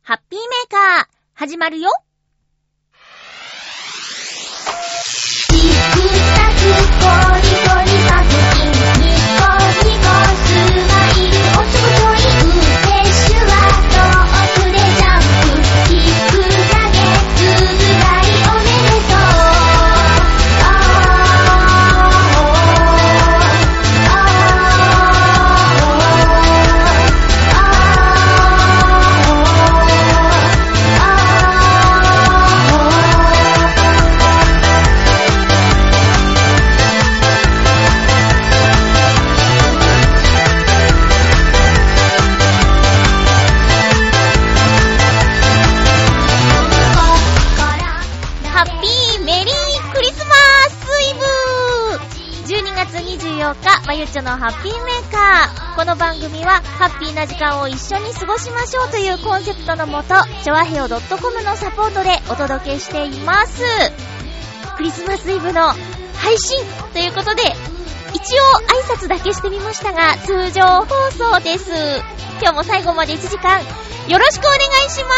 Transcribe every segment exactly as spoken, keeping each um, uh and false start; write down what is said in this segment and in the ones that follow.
ハッピーメーカー始まるよ。まゆっちょのハッピーメーカー。この番組はハッピーな時間を一緒に過ごしましょうというコンセプトのもと、チョアヘオ .com のサポートでお届けしています。クリスマスイブの配信ということで、一応挨拶だけしてみましたが、通常放送です。今日も最後までいちじかんよろしくお願いします。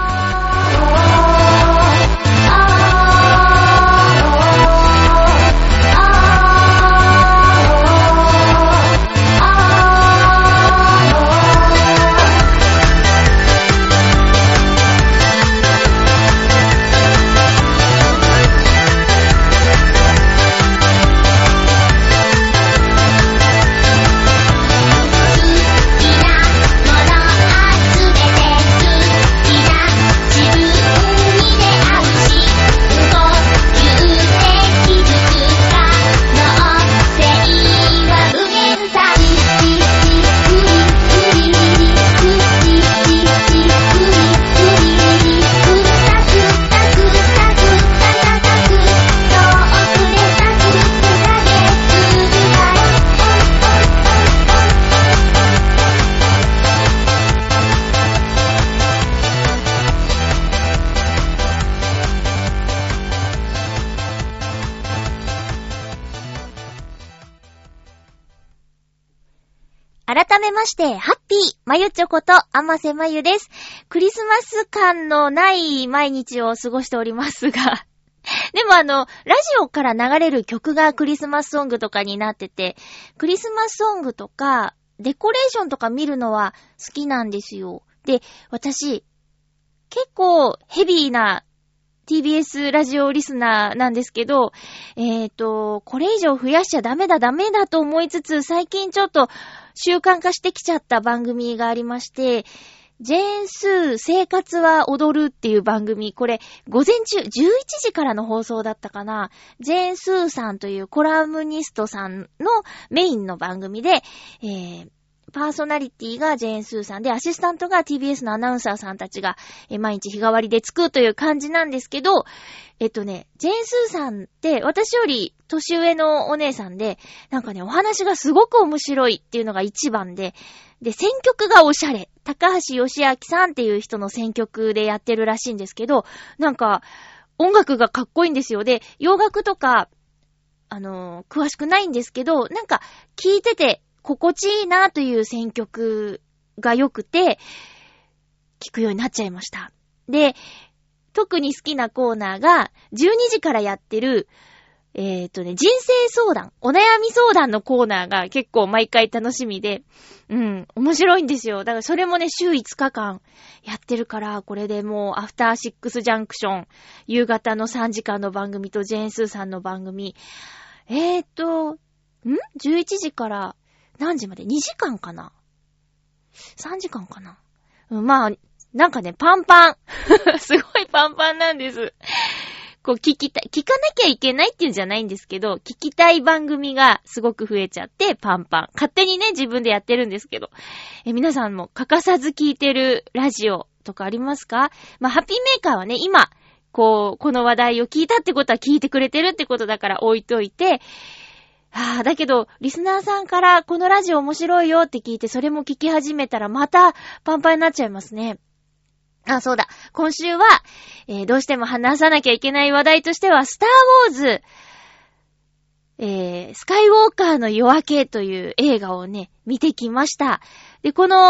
改めまして、ハッピーまゆちょこと甘瀬まゆです。クリスマス感のない毎日を過ごしておりますがでもあのラジオから流れる曲がクリスマスソングとかになってて、クリスマスソングとかデコレーションとか見るのは好きなんですよ。で、私結構ヘビーな ティービーエス ラジオリスナーなんですけど、えーとこれ以上増やしちゃダメだダメだと思いつつ、最近ちょっと習慣化してきちゃった番組がありまして、ジェーンスー生活は踊るっていう番組、これ午前中じゅういちじからの放送だったかな。ジェーンスーさんというコラムニストさんのメインの番組で、えーパーソナリティがジェーンスーさんで、アシスタントが ティービーエス のアナウンサーさんたちがえ毎日日替わりでつくという感じなんですけど、えっとね、ジェーンスーさんって私より年上のお姉さんで、なんかね、お話がすごく面白いっていうのが一番で、で、選曲がおしゃれ。高橋義明さんっていう人の選曲でやってるらしいんですけど、なんか音楽がかっこいいんですよ。で、洋楽とか、あのー、詳しくないんですけど、なんか聞いてて、心地いいなという選曲が良くて聞くようになっちゃいました。で、特に好きなコーナーがじゅうにじからやってるえっとね、人生相談、お悩み相談のコーナーが結構毎回楽しみで、うん、面白いんですよ。だからそれもね、週いつかかんやってるから、これでもうアフターシックスジャンクション、夕方のさんじかんの番組とジェーンスーさんの番組、えーっと、ん ?じゅういちじから何時まで ?にじかんかな ?さんじかんかな、うん、まあ、なんかね、パンパン。すごいパンパンなんです。こう聞きたい、聞かなきゃいけないっていうんじゃないんですけど、聞きたい番組がすごく増えちゃってパンパン。勝手にね、自分でやってるんですけど。え、皆さんも欠かさず聞いてるラジオとかありますか？まあ、ハッピーメーカーはね、今、こう、この話題を聞いたってことは聞いてくれてるってことだから置いといて、ああ、だけど、リスナーさんからこのラジオ面白いよって聞いて、それも聞き始めたらまたパンパンになっちゃいますね。あ、そうだ。今週は、えー、どうしても話さなきゃいけない話題としては、スターウォーズ、えー、スカイウォーカーの夜明けという映画をね、見てきました。で、この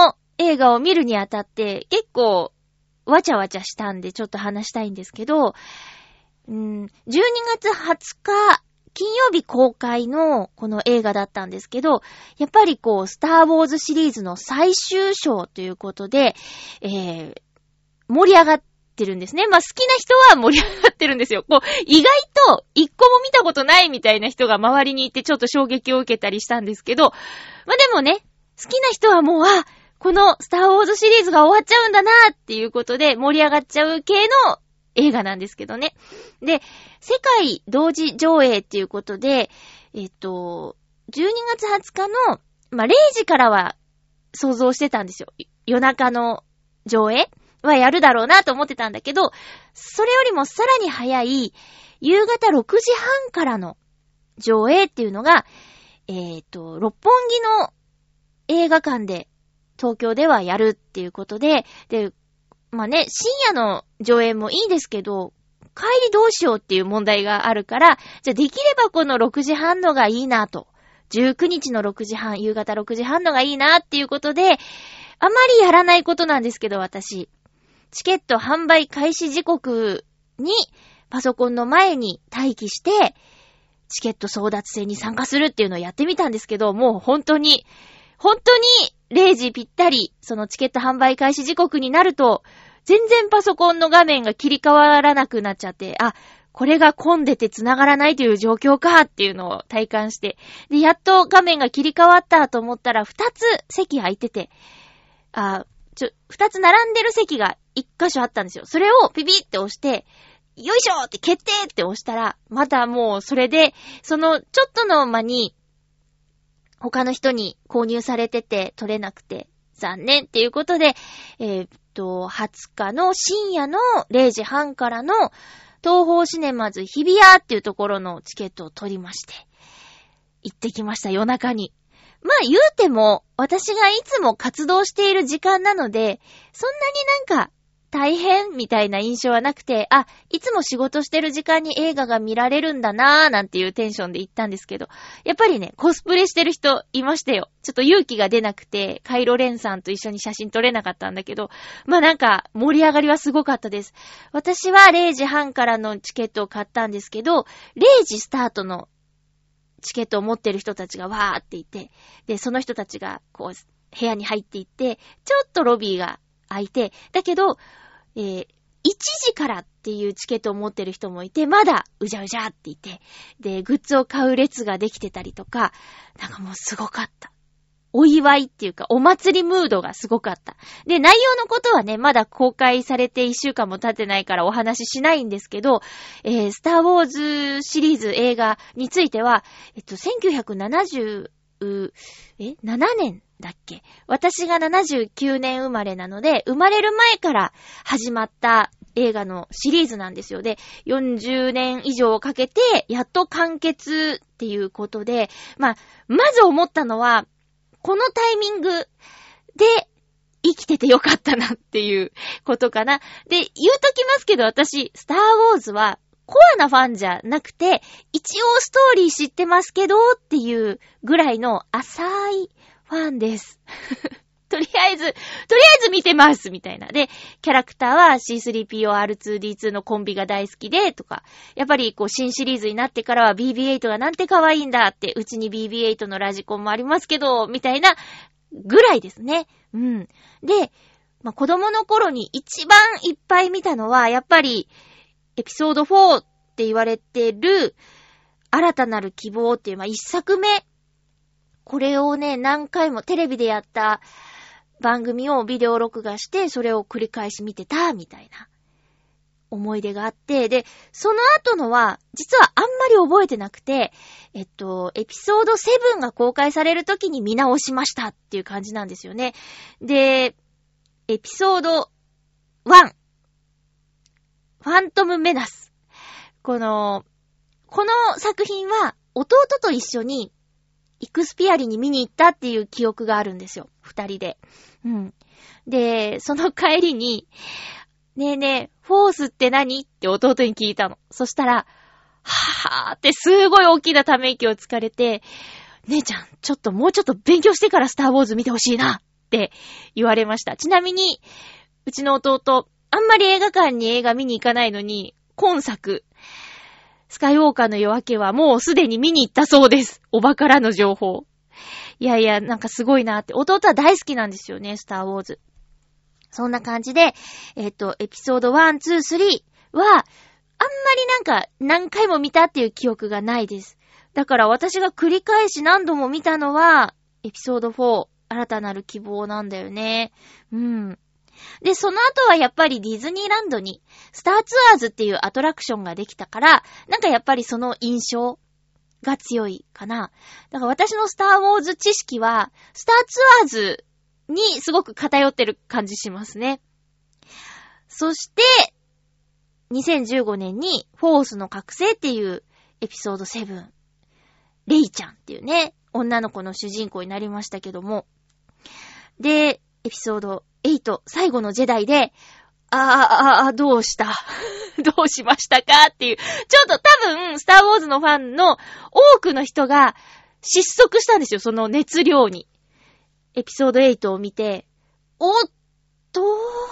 映画を見るにあたって結構わちゃわちゃしたんでちょっと話したいんですけど、うん、じゅうにがつはつか金曜日公開のこの映画だったんですけど、やっぱりこうスターウォーズシリーズの最終章ということで、えー、盛り上がってるんですね。まあ好きな人は盛り上がってるんですよ。こう意外と一個も見たことないみたいな人が周りにいてちょっと衝撃を受けたりしたんですけど、まあでもね、好きな人はもう、あ、このスターウォーズシリーズが終わっちゃうんだなっていうことで盛り上がっちゃう系の映画なんですけどね。で、世界同時上映っていうことで、えっと、じゅうにがつはつかの、まあ、れいじからは想像してたんですよ。夜中の上映はやるだろうなと思ってたんだけど、それよりもさらに早い夕方ろくじはんからの上映っていうのが、えっと、六本木の映画館で東京ではやるっていうことで、で、まあね、深夜の上映もいいですけど、帰りどうしようっていう問題があるから、じゃあできればこのろくじはんのがいいなと。じゅうくにちのろくじはん、夕方ろくじはんのがいいなっていうことで、あまりやらないことなんですけど私、チケット販売開始時刻にパソコンの前に待機して、チケット争奪戦に参加するっていうのをやってみたんですけど、もう本当に、本当にれいじぴったり、そのチケット販売開始時刻になると、全然パソコンの画面が切り替わらなくなっちゃって、あ、これが混んでて繋がらないという状況かっていうのを体感して、で、やっと画面が切り替わったと思ったら、二つ席空いてて、あ、ちょ、二つ並んでる席が一箇所あったんですよ。それをピピって押して、よいしょって決定って押したら、またもうそれで、そのちょっとの間に、他の人に購入されてて取れなくて残念っていうことで、えー、っと、はつかの深夜のれいじはんからの東宝シネマズ日比谷っていうところのチケットを取りまして、行ってきました、夜中に。まあ言うても、私がいつも活動している時間なので、そんなになんか大変みたいな印象はなくて、あ、いつも仕事してる時間に映画が見られるんだなーなんていうテンションで行ったんですけど、やっぱりね、コスプレしてる人いましたよ。ちょっと勇気が出なくて、カイロレンさんと一緒に写真撮れなかったんだけど、まあなんか盛り上がりはすごかったです。私はれいじはんからのチケットを買ったんですけど、れいじスタートのチケットを持ってる人たちがわーっていて、で、その人たちがこう、部屋に入っていって、ちょっとロビーが空いて、だけど、えー、いちじからっていうチケットを持ってる人もいて、まだうじゃうじゃっていて、で、グッズを買う列ができてたりとか、なんかもうすごかった。お祝いっていうか、お祭りムードがすごかった。で、内容のことはね、まだ公開されていっしゅうかんも経ってないからお話ししないんですけど、えー、スターウォーズシリーズ映画については、えっと、せんきゅうひゃくななじゅう、え、ななねんだっけ？私がななじゅうきゅうねん生まれなので、生まれる前から始まった映画のシリーズなんですよ。で、よんじゅうねん以上かけて、やっと完結っていうことで、まあ、まず思ったのは、このタイミングで生きててよかったなっていうことかな。で、言うときますけど、私、スターウォーズはコアなファンじゃなくて、一応ストーリー知ってますけどっていうぐらいの浅いファンです。とりあえず、とりあえず見てますみたいな。で、キャラクターは シースリーピーオーアールツーディーツー のコンビが大好きで、とか、やっぱりこう新シリーズになってからは ビービーエイト がなんて可愛いんだって、うちに ビービーエイト のラジコンもありますけど、みたいなぐらいですね。うん。で、まあ、子供の頃に一番いっぱい見たのは、やっぱり、エピソードフォーって言われてる、新たなる希望っていう、まあ、一作目。これをね、何回もテレビでやった番組をビデオ録画して、それを繰り返し見てた、みたいな思い出があって、で、その後のは、実はあんまり覚えてなくて、えっと、エピソードセブンが公開される時に見直しましたっていう感じなんですよね。で、エピソードワン、ファントムメナス。この、この作品は弟と一緒にイクスピアリに見に行ったっていう記憶があるんですよ。二人で。うん。で、その帰りに、ねえねえ、フォースって何？って弟に聞いたの。そしたら、はぁーってすごい大きなため息をつかれて、姉ちゃん、ちょっともうちょっと勉強してからスターウォーズ見てほしいな。 って言われました。ちなみに、うちの弟、あんまり映画館に映画見に行かないのに、今作、スカイウォーカーの夜明けはもうすでに見に行ったそうです。おばからの情報。いやいや、なんかすごいなって。弟は大好きなんですよね、スターウォーズ。そんな感じで、えっと、エピソードワン、ツー、スリーは、あんまりなんか何回も見たっていう記憶がないです。だから私が繰り返し何度も見たのは、エピソードフォー、新たなる希望なんだよね。うん。で、その後はやっぱりディズニーランドに、スターツアーズっていうアトラクションができたから、なんかやっぱりその印象が強いかな。だから私のスターウォーズ知識は、スターツアーズにすごく偏ってる感じしますね。そして、にせんじゅうごねんにフォースの覚醒っていうエピソードセブン。レイちゃんっていうね、女の子の主人公になりましたけども。で、エピソードエイト、最後のジェダイで、あーあー、どうしたどうしましたかっていう。ちょっと多分、スターウォーズのファンの多くの人が失速したんですよ、その熱量に。エピソードエイトを見て、おっと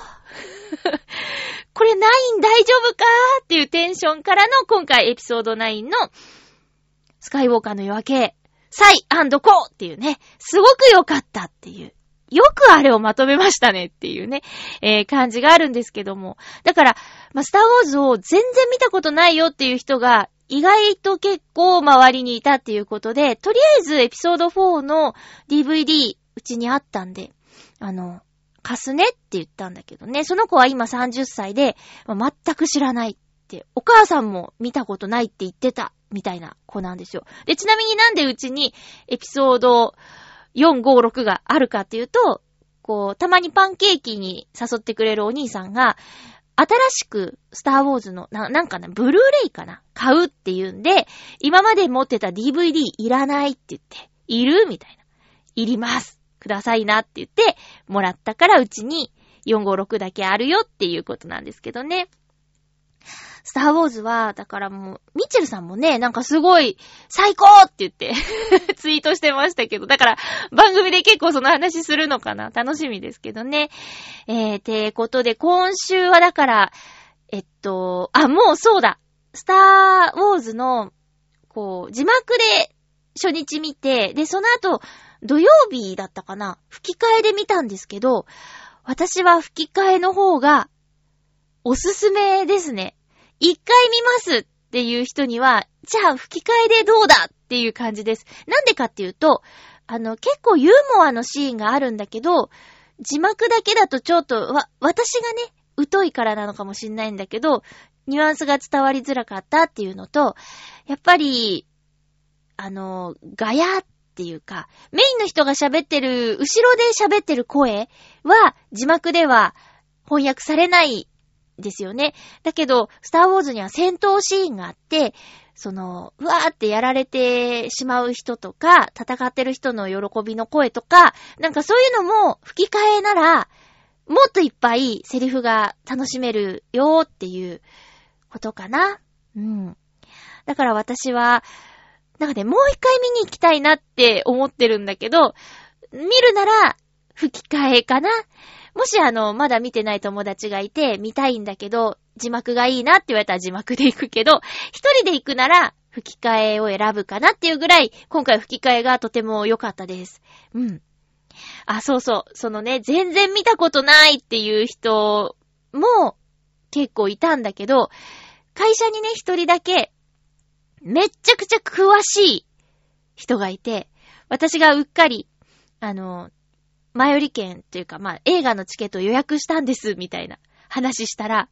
これナイン大丈夫かっていうテンションからの今回エピソードナインのスカイウォーカーの夜明け、サイ&コーっていうね、すごく良かったっていう。よくあれをまとめましたねっていうね、えー、感じがあるんですけども。だから、まあ、スターウォーズを全然見たことないよっていう人が意外と結構周りにいたっていうことで、とりあえずエピソードフォーの ディーブイディー うちにあったんで、あの、貸すねって言ったんだけどね、その子は今さんじゅっさいで、まあ、全く知らないって、お母さんも見たことないって言ってたみたいな子なんですよ。で、ちなみになんでうちにエピソードよん、ご、ろくがあるかっていうと、こう、たまにパンケーキに誘ってくれるお兄さんが、新しくスターウォーズの、な、なんかな、ブルーレイかな買うっていうんで、今まで持ってた ディーブイディー いらないって言って、いるみたいな。いります。くださいなって言って、もらったからうちによん、ご、ろくだけあるよっていうことなんですけどね。スターウォーズは、だからもう、ミッチェルさんもね、なんかすごい、最高って言って、ツイートしてましたけど、だから、番組で結構その話するのかな？楽しみですけどね。えー、てことで、今週はだから、えっと、あ、もうそうだ。スターウォーズの、こう、字幕で初日見て、で、その後、土曜日だったかな？吹き替えで見たんですけど、私は吹き替えの方が、おすすめですね。一回見ますっていう人には、じゃあ吹き替えでどうだっていう感じです。なんでかっていうと、あの、結構ユーモアのシーンがあるんだけど、字幕だけだとちょっと、わ、私がね、疎いからなのかもしんないんだけど、ニュアンスが伝わりづらかったっていうのと、やっぱり、あの、ガヤっていうか、メインの人が喋ってる、後ろで喋ってる声は、字幕では翻訳されないですよね。だけど、スターウォーズには戦闘シーンがあって、その、うわーってやられてしまう人とか、戦ってる人の喜びの声とか、なんかそういうのも吹き替えなら、もっといっぱいセリフが楽しめるよっていうことかな。うん。だから私は、なんかね、もう一回見に行きたいなって思ってるんだけど、見るなら吹き替えかな。もしあの、まだ見てない友達がいて、見たいんだけど、字幕がいいなって言われたら字幕で行くけど、一人で行くなら、吹き替えを選ぶかなっていうぐらい、今回吹き替えがとても良かったです。うん。あ、そうそう。そのね、全然見たことないっていう人も結構いたんだけど、会社にね、一人だけ、めっちゃくちゃ詳しい人がいて、私がうっかり、あの、前売り券というか、まあ、映画のチケットを予約したんです、みたいな話したら、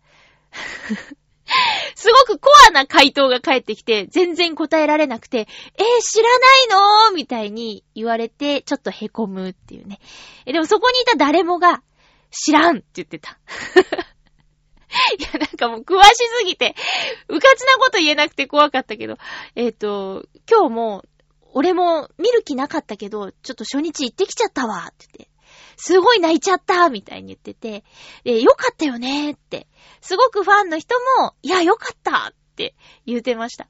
すごくコアな回答が返ってきて、全然答えられなくて、えー、知らないのみたいに言われて、ちょっとへこむっていうね。え、でもそこにいた誰もが、知らんって言ってた。いや、なんかもう詳しすぎて、うかつなこと言えなくて怖かったけど、えっと、今日も、俺も見る気なかったけど、ちょっと初日行ってきちゃったわって言って、すごい泣いちゃったみたいに言ってて、で、よかったよねって、すごくファンの人も、いや、よかったって言ってました。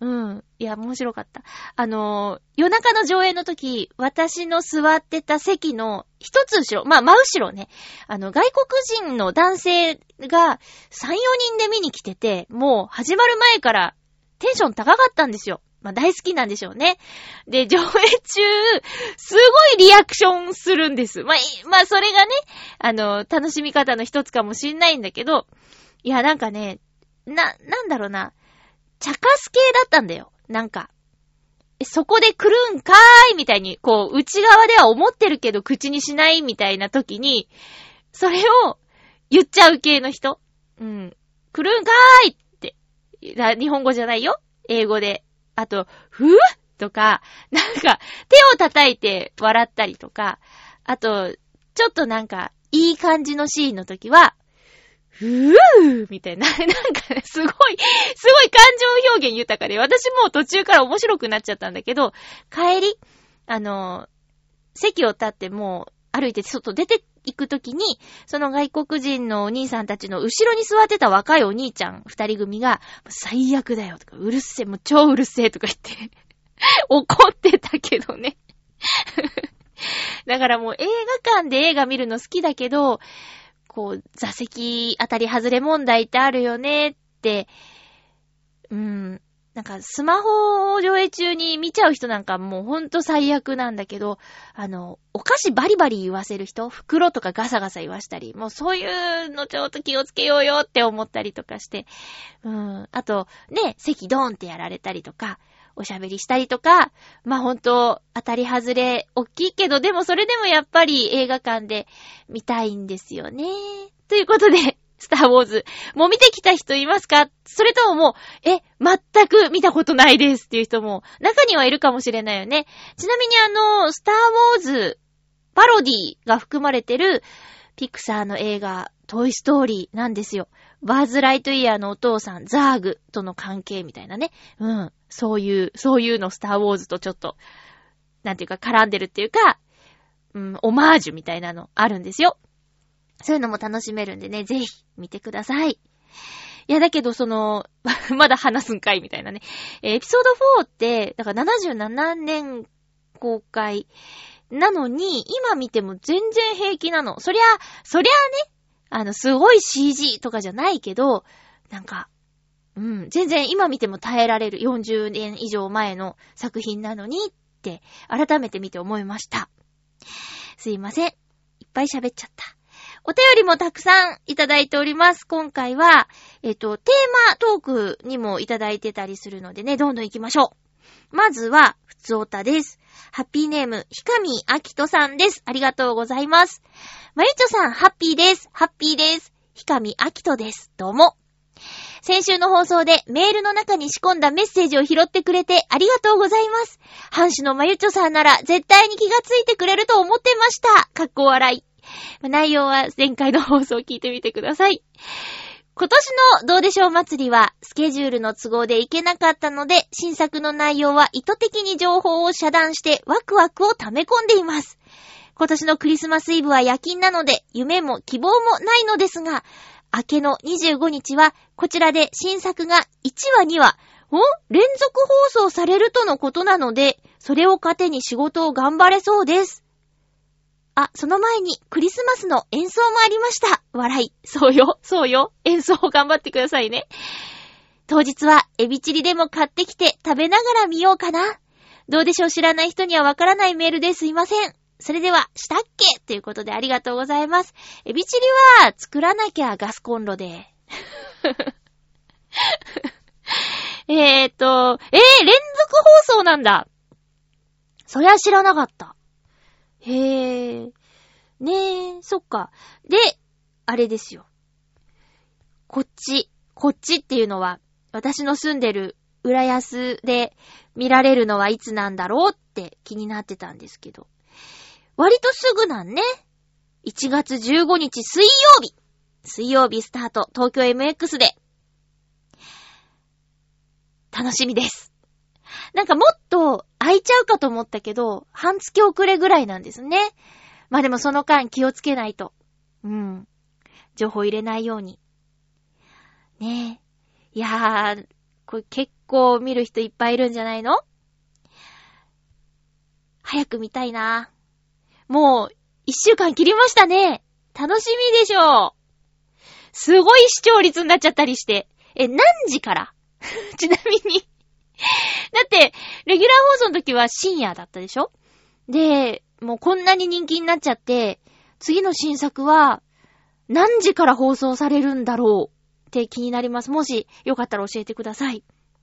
うん。いや、面白かった。あのー、夜中の上映の時、私の座ってた席の一つ後ろ、まあ、真後ろね、あの、外国人の男性がさん、よにんで見に来てて、もう始まる前からテンション高かったんですよ。まあ、大好きなんでしょうね。で、上映中、すごいリアクションするんです。まあ、まあ、それがね、あの、楽しみ方の一つかもしんないんだけど、いや、なんかね、な、なんだろうな、茶化す系だったんだよ。なんか、え、そこで来るんかーいみたいに、こう、内側では思ってるけど口にしないみたいな時に、それを言っちゃう系の人。うん。来るんかーいって、日本語じゃないよ。英語で。あと、ふぅとか、なんか、手を叩いて笑ったりとか、あと、ちょっとなんか、いい感じのシーンの時は、ふぅみたいな、なんか、ね、すごい、すごい感情表現豊かで、私もう途中から面白くなっちゃったんだけど、帰り、あの、席を立ってもう歩いて外出て行くときに、その外国人のお兄さんたちの後ろに座ってた若いお兄ちゃん二人組が、最悪だよとか、うるせえ、もう超うるせえとか言って、怒ってたけどね。だからもう映画館で映画見るの好きだけど、こう、座席当たり外れ問題ってあるよねって、うーん、なんかスマホを上映中に見ちゃう人なんかもうほんと最悪なんだけど、あの、お菓子バリバリ言わせる人、袋とかガサガサ言わしたり、もうそういうのちょっと気をつけようよって思ったりとかして、うん、あと、ね、席ドーンってやられたりとか、おしゃべりしたりとか、まあほんと当たり外れ大きいけど、でもそれでもやっぱり映画館で見たいんですよね。ということで、スターウォーズ、もう見てきた人いますか？それとももう、え、全く見たことないですっていう人も中にはいるかもしれないよね。ちなみにあの、スターウォーズパロディが含まれてるピクサーの映画、トイストーリーなんですよ。バーズ・ライトイヤーのお父さん、ザーグとの関係みたいなね。うん。そういう、そういうのスターウォーズとちょっと、なんていうか絡んでるっていうか、うん、オマージュみたいなのあるんですよ。そういうのも楽しめるんでね、ぜひ見てください。いや、だけどその、まだ話すんかいみたいなね。エピソードフォーって、だからななじゅうななねん公開なのに、今見ても全然平気なの。そりゃ、そりゃあね、あの、すごい シージー とかじゃないけど、なんか、うん、全然今見ても耐えられるよんじゅうねん以上前の作品なのにって改めて見て思いました。すいません。いっぱい喋っちゃった。お便りもたくさんいただいております。今回は、えっと、テーマトークにもいただいてたりするのでね、どんどん行きましょう。まずは、ふつおたです。ハッピーネーム、ひかみあきとさんです。ありがとうございます。まゆちょさん、ハッピーです。ハッピーです。ひかみあきとです。どうも。先週の放送でメールの中に仕込んだメッセージを拾ってくれてありがとうございます。ハンシュのまゆちょさんなら絶対に気がついてくれると思ってました。かっこ笑い。内容は前回の放送を聞いてみてください。今年のどうでしょう祭りはスケジュールの都合で行けなかったので、新作の内容は意図的に情報を遮断してワクワクを溜め込んでいます。今年のクリスマスイブは夜勤なので夢も希望もないのですが、明けのにじゅうごにちはこちらで新作がいちわにわん連続放送されるとのことなので、それを糧に仕事を頑張れそうです。あ、その前にクリスマスの演奏もありました。笑い。そうよ、そうよ。演奏を頑張ってくださいね。当日はエビチリでも買ってきて食べながら見ようかな。どうでしょう、知らない人にはわからないメールですいません。それでは、したっけということでありがとうございます。エビチリは作らなきゃガスコンロで。えーっと、えー、連続放送なんだ。そりゃ知らなかった。へー。ねえ、そっか。で、あれですよ。こっち、こっちっていうのは、私の住んでる浦安で見られるのはいつなんだろうって気になってたんですけど。割とすぐなんね。いちがつじゅうごにち水曜日。水曜日スタート、東京 エムエックス で。楽しみです。なんかもっと空いちゃうかと思ったけど、半月遅れぐらいなんですね。まあでもその間気をつけないと。うん。情報入れないように。ねえ。いやー、 これ結構見る人いっぱいいるんじゃないの？早く見たいな。もう一週間切りましたね。楽しみでしょう。すごい視聴率になっちゃったりして。え、何時からちなみに。だって、レギュラー放送の時は深夜だったでしょ？で、もうこんなに人気になっちゃって、次の新作は何時から放送されるんだろうって気になります。もしよかったら教えてください。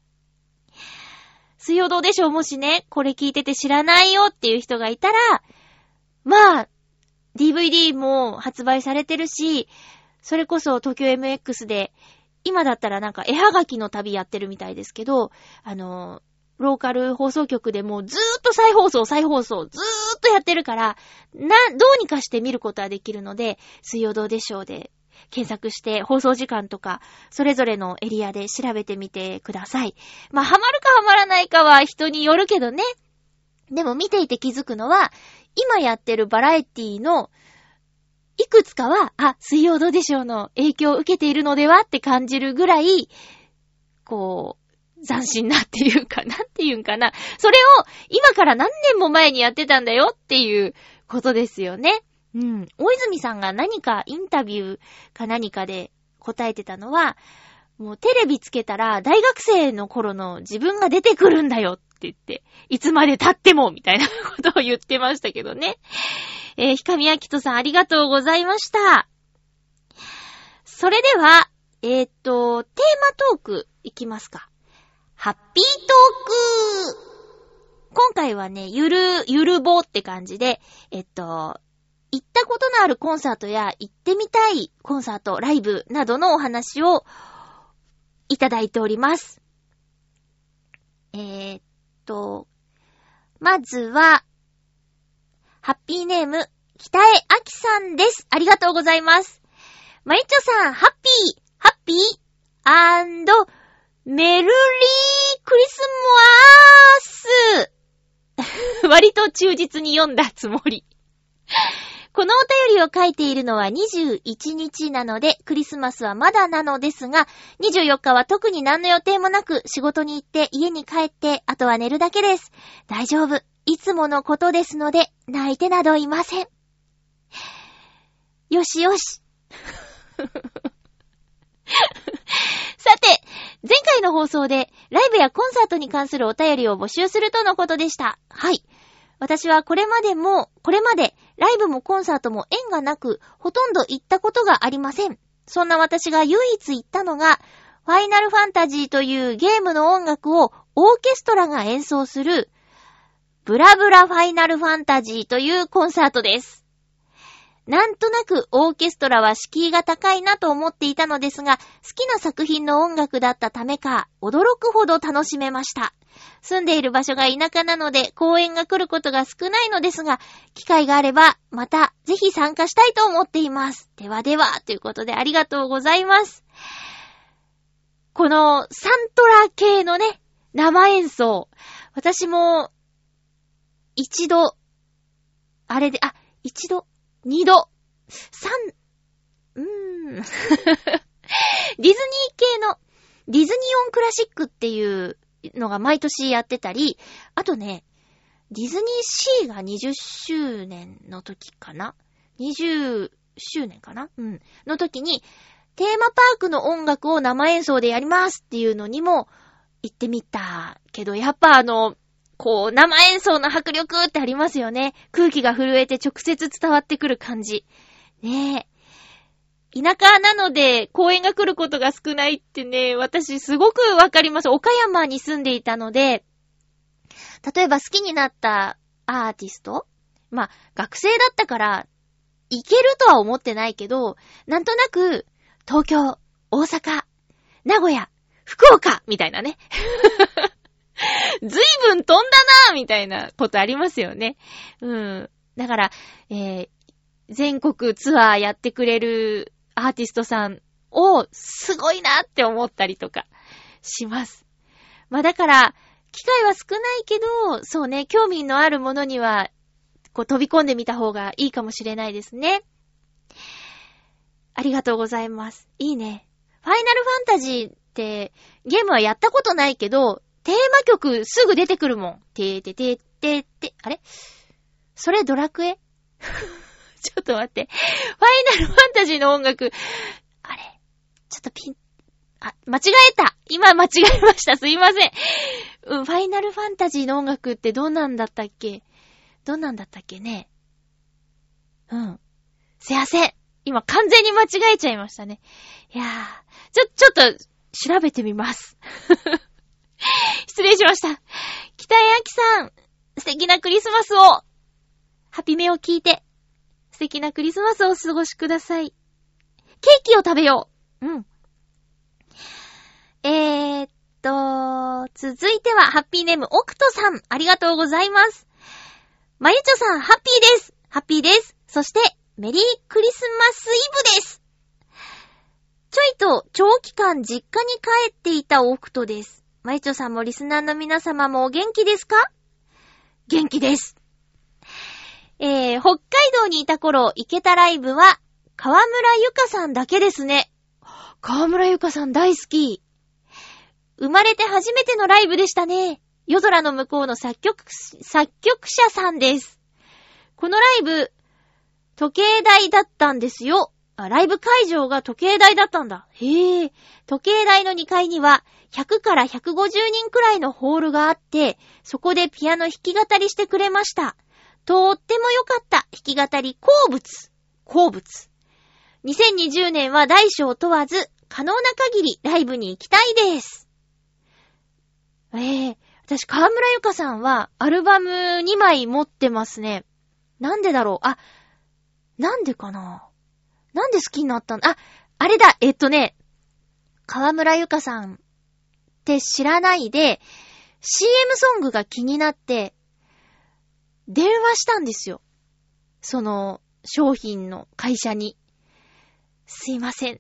水曜どうでしょう？もしね、これ聞いてて知らないよっていう人がいたら、まあ、ディーブイディー も発売されてるし、それこそ東京 エムエックス で、今だったらなんか絵はがきの旅やってるみたいですけど、あの、ローカル放送局でもうずーっと再放送、再放送、ずーっとやってるから、な、どうにかして見ることはできるので、水曜どうでしょうで検索して放送時間とか、それぞれのエリアで調べてみてください。まあ、ハマるかハマらないかは人によるけどね。でも見ていて気づくのは、今やってるバラエティのいくつかは、あ、水曜どうでしょうの影響を受けているのではって感じるぐらい、こう、斬新なっていうか、なんていうんかな。それを今から何年も前にやってたんだよっていうことですよね。うん。大泉さんが何かインタビューか何かで答えてたのは、もうテレビつけたら大学生の頃の自分が出てくるんだよって言って、いつまで経ってもみたいなことを言ってましたけどね。えー、ひかみあきとさんありがとうございました。それでは、えー、っと、テーマトークいきますか。ハッピートーク。今回はね、ゆる、ゆるぼって感じで、えっと、行ったことのあるコンサートや行ってみたいコンサート、ライブなどのお話をいただいております。えー、っと、まずは、ハッピーネーム、北江あきさんです。ありがとうございます。まゆちょさん、ハッピー、ハッピー、アンド、メルリークリスマス割と忠実に読んだつもり。このお便りを書いているのはにじゅういちにちなので、クリスマスはまだなのですが、にじゅうよっかは特に何の予定もなく、仕事に行って家に帰って、あとは寝るだけです。大丈夫。いつものことですので、泣いてなどいません。よしよし。さて、前回の放送でライブやコンサートに関するお便りを募集するとのことでした。はい。私はこれまでも、これまでライブもコンサートも縁がなく、ほとんど行ったことがありません。そんな私が唯一行ったのが、ファイナルファンタジーというゲームの音楽をオーケストラが演奏する、ブラブラファイナルファンタジーというコンサートです。なんとなくオーケストラは敷居が高いなと思っていたのですが、好きな作品の音楽だったためか、驚くほど楽しめました。住んでいる場所が田舎なので、公演が来ることが少ないのですが、機会があれば、またぜひ参加したいと思っています。ではでは、ということでありがとうございます。このサントラ系のね、生演奏。私も、一度、あれで、あ、一度、二度、三、うーん。ディズニー系の、ディズニーオンクラシックっていうのが毎年やってたり、あとね、ディズニーシーがにじゅっしゅうねんの時かな ?にじゅっしゅうねんかなうん。の時に、テーマパークの音楽を生演奏でやりますっていうのにも行ってみたけど、やっぱあの、こう、生演奏の迫力ってありますよね。空気が震えて直接伝わってくる感じ。ねえ。田舎なので公園が来ることが少ないってね、私すごくわかります。岡山に住んでいたので、例えば好きになったアーティスト？まあ、学生だったから行けるとは思ってないけど、なんとなく東京、大阪、名古屋、福岡みたいなね。ずいぶん飛んだなぁみたいなことありますよね。うん。だから、えー、全国ツアーやってくれるアーティストさんをすごいなって思ったりとかします。まあだから、機会は少ないけど、そうね、興味のあるものには、こう飛び込んでみた方がいいかもしれないですね。ありがとうございます。いいね。ファイナルファンタジて、ゲームはやったことないけど、テーマ曲すぐ出てくるもん。てーてててて、あれそれドラクエちょっと待って。ファイナルファンタジーの音楽、あれちょっとピン、あ、間違えた今間違えました。すいません。うん、ファイナルファンタジーの音楽ってどんなんだったっけどんなんだったっけね。うん。すいません。今完全に間違えちゃいましたね。いやー、ちょ、ちょっと調べてみます。失礼しました。北谷明さん、素敵なクリスマスを、ハピメを聞いて、素敵なクリスマスをお過ごしください。ケーキを食べよう。うん。えーっと、続いてはハッピーネームオクトさん、ありがとうございます。まゆちょさん、ハッピーです。ハッピーです。そして、メリークリスマスイブです。ちょいと長期間実家に帰っていたオクトです。まゆちょさんもリスナーの皆様もお元気ですか？元気です。えー、北海道にいた頃行けたライブは河村ゆかさんだけですね。河村ゆかさん大好き。生まれて初めてのライブでしたね。夜空の向こうの作曲、作曲者さんです。このライブ、時計台だったんですよ。あ、ライブ会場が時計台だったんだ。へえ。時計台のにかいにはひゃくからひゃくごじゅうにんくらいのホールがあって、そこでピアノ弾き語りしてくれました。とっても良かった弾き語り好物。好物。にせんにじゅうねんは大小問わず可能な限りライブに行きたいです。ええ。私、河村ゆかさんはアルバムにまい持ってますね。なんでだろう。あ、なんでかな。なんで好きになったの？あ、あれだ。えっとね、河村ゆかさんって知らないで シーエム ソングが気になって電話したんですよ。その商品の会社に。すいませんって。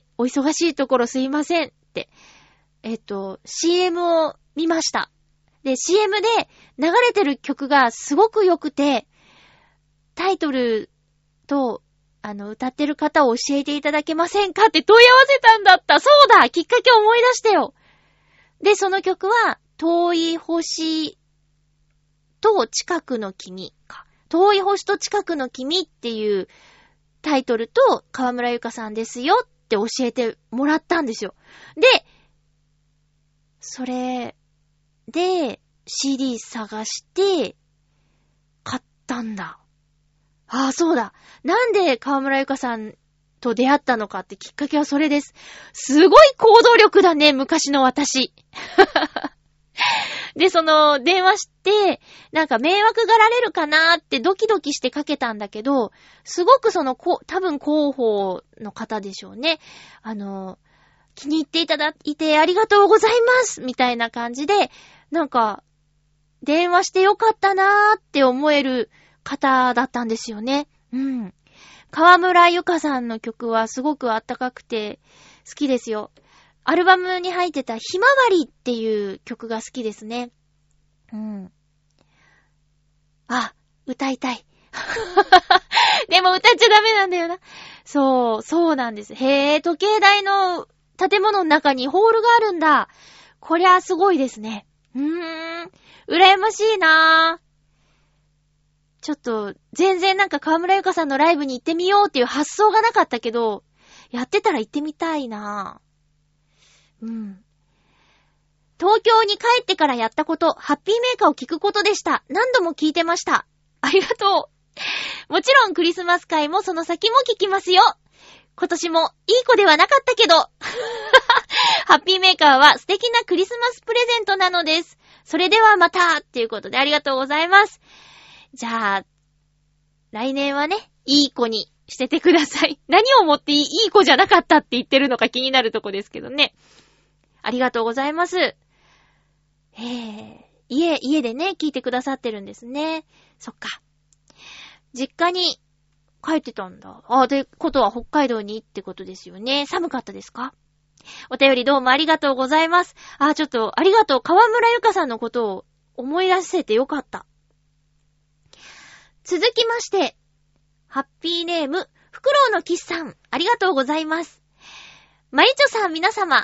お忙しいところすいませんって。えっと、シーエム を見ました。で、シーエム で流れてる曲がすごく良くて、タイトルと、あの、歌ってる方を教えていただけませんかって問い合わせたんだった。そうだ！きっかけ思い出してよ。で、その曲は、遠い星と近くの君か。遠い星と近くの君っていうタイトルと、河村ゆかさんですよって教えてもらったんですよ。で、それで シーディー 探して買ったんだ。ああ、そうだ。なんで河村ゆかさんと出会ったのかってきっかけはそれです。すごい行動力だね、昔の私。で、その電話して、なんか迷惑がられるかなーってドキドキしてかけたんだけど、すごくそのこ多分広報の方でしょうね。あの、気に入っていただいてありがとうございますみたいな感じで、なんか、電話してよかったなーって思える方だったんですよね。うん。河村ゆかさんの曲はすごくあったかくて好きですよ。アルバムに入ってたひまわりっていう曲が好きですね。うん。あ、歌いたい。でも歌っちゃダメなんだよな。そう、そうなんです。へー、時計台の建物の中にホールがあるんだ。こりゃすごいですね。うーん。羨ましいなぁ。ちょっと、全然なんか河村ゆかさんのライブに行ってみようっていう発想がなかったけど、やってたら行ってみたいなぁ。うん。東京に帰ってからやったこと、ハッピーメーカーを聞くことでした。何度も聞いてました。ありがとう。もちろんクリスマス会もその先も聞きますよ。今年もいい子ではなかったけど。ハッピーメーカーは素敵なクリスマスプレゼントなのです。それではまたっていうことでありがとうございます。じゃあ、来年はね、いい子にしててください。何をもっていい子じゃなかったって言ってるのか気になるとこですけどね。ありがとうございます。えー、家、家でね、聞いてくださってるんですね。そっか。実家に帰ってたんだ。あ、ということは北海道にってことですよね。寒かったですか？お便りどうもありがとうございます。あ、ちょっとありがとう。河村ゆかさんのことを思い出せてよかった。続きまして、ハッピーネーム、フクロウのキスさん、ありがとうございます。まゆちょさん皆様、ハッピ